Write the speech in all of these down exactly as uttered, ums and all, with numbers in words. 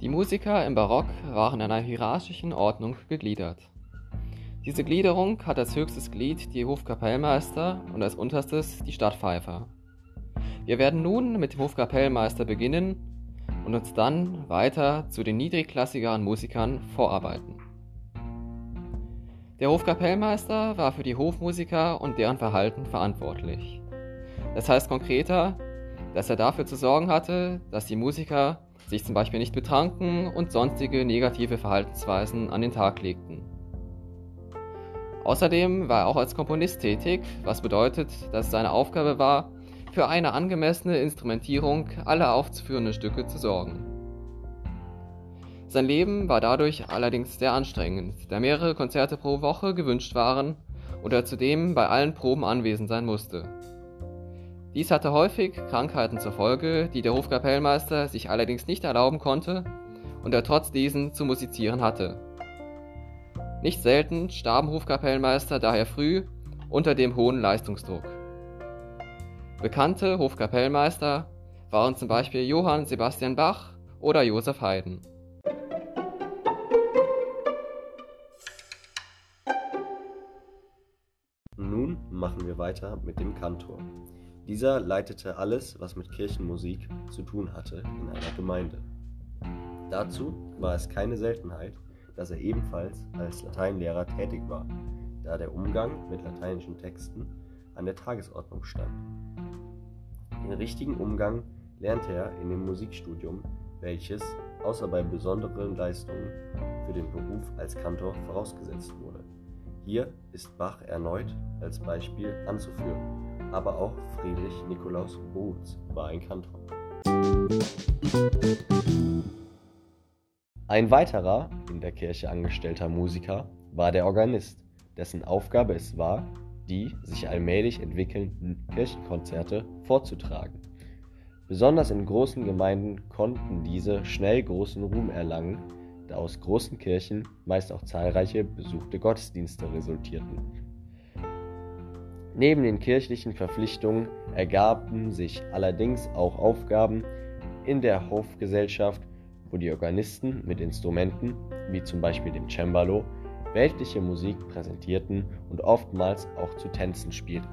Die Musiker im Barock waren in einer hierarchischen Ordnung gegliedert. Diese Gliederung hat als höchstes Glied die Hofkapellmeister und als unterstes die Stadtpfeifer. Wir werden nun mit dem Hofkapellmeister beginnen und uns dann weiter zu den niedrigklassigeren Musikern vorarbeiten. Der Hofkapellmeister war für die Hofmusiker und deren Verhalten verantwortlich. Das heißt konkreter, dass er dafür zu sorgen hatte, dass die Musiker sich zum Beispiel nicht betranken und sonstige negative Verhaltensweisen an den Tag legten. Außerdem war er auch als Komponist tätig, was bedeutet, dass es seine Aufgabe war, für eine angemessene Instrumentierung aller aufzuführenden Stücke zu sorgen. Sein Leben war dadurch allerdings sehr anstrengend, da mehrere Konzerte pro Woche gewünscht waren und er zudem bei allen Proben anwesend sein musste. Dies hatte häufig Krankheiten zur Folge, die der Hofkapellmeister sich allerdings nicht erlauben konnte und er trotz diesen zu musizieren hatte. Nicht selten starben Hofkapellmeister daher früh unter dem hohen Leistungsdruck. Bekannte Hofkapellmeister waren zum Beispiel Johann Sebastian Bach oder Joseph Haydn. Nun machen wir weiter mit dem Kantor. Dieser leitete alles, was mit Kirchenmusik zu tun hatte, in einer Gemeinde. Dazu war es keine Seltenheit, dass er ebenfalls als Lateinlehrer tätig war, da der Umgang mit lateinischen Texten an der Tagesordnung stand. Den richtigen Umgang lernte er in dem Musikstudium, welches, außer bei besonderen Leistungen, für den Beruf als Kantor vorausgesetzt wurde. Hier ist Bach erneut als Beispiel anzuführen, aber auch Friedrich Nikolaus Bruhns war ein Kantor. Ein weiterer in der Kirche angestellter Musiker war der Organist, dessen Aufgabe es war, die sich allmählich entwickelnden Kirchenkonzerte vorzutragen. Besonders in großen Gemeinden konnten diese schnell großen Ruhm erlangen, da aus großen Kirchen meist auch zahlreiche besuchte Gottesdienste resultierten. Neben den kirchlichen Verpflichtungen ergaben sich allerdings auch Aufgaben in der Hofgesellschaft, wo die Organisten mit Instrumenten, wie zum Beispiel dem Cembalo, weltliche Musik präsentierten und oftmals auch zu Tänzen spielten.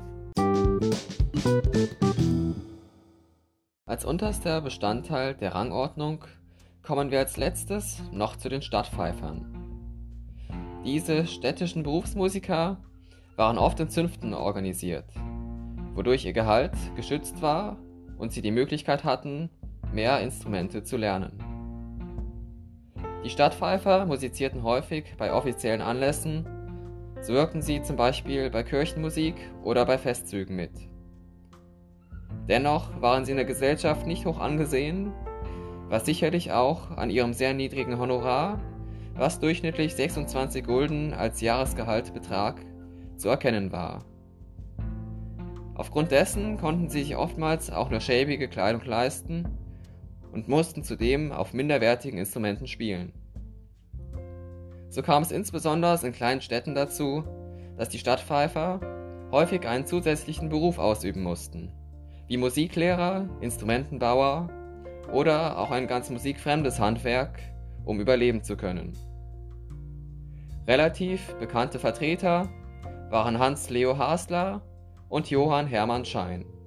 Als unterster Bestandteil der Rangordnung kommen wir als letztes noch zu den Stadtpfeifern. Diese städtischen Berufsmusiker waren oft in Zünften organisiert, wodurch ihr Gehalt geschützt war und sie die Möglichkeit hatten, mehr Instrumente zu lernen. Die Stadtpfeifer musizierten häufig bei offiziellen Anlässen, so wirkten sie zum Beispiel bei Kirchenmusik oder bei Festzügen mit. Dennoch waren sie in der Gesellschaft nicht hoch angesehen, was sicherlich auch an ihrem sehr niedrigen Honorar, was durchschnittlich sechsundzwanzig Gulden als Jahresgehalt betrag, zu erkennen war. Aufgrund dessen konnten sie sich oftmals auch nur schäbige Kleidung leisten und mussten zudem auf minderwertigen Instrumenten spielen. So kam es insbesondere in kleinen Städten dazu, dass die Stadtpfeifer häufig einen zusätzlichen Beruf ausüben mussten, wie Musiklehrer, Instrumentenbauer oder auch ein ganz musikfremdes Handwerk, um überleben zu können. Relativ bekannte Vertreter waren Hans Leo Hasler und Johann Hermann Schein.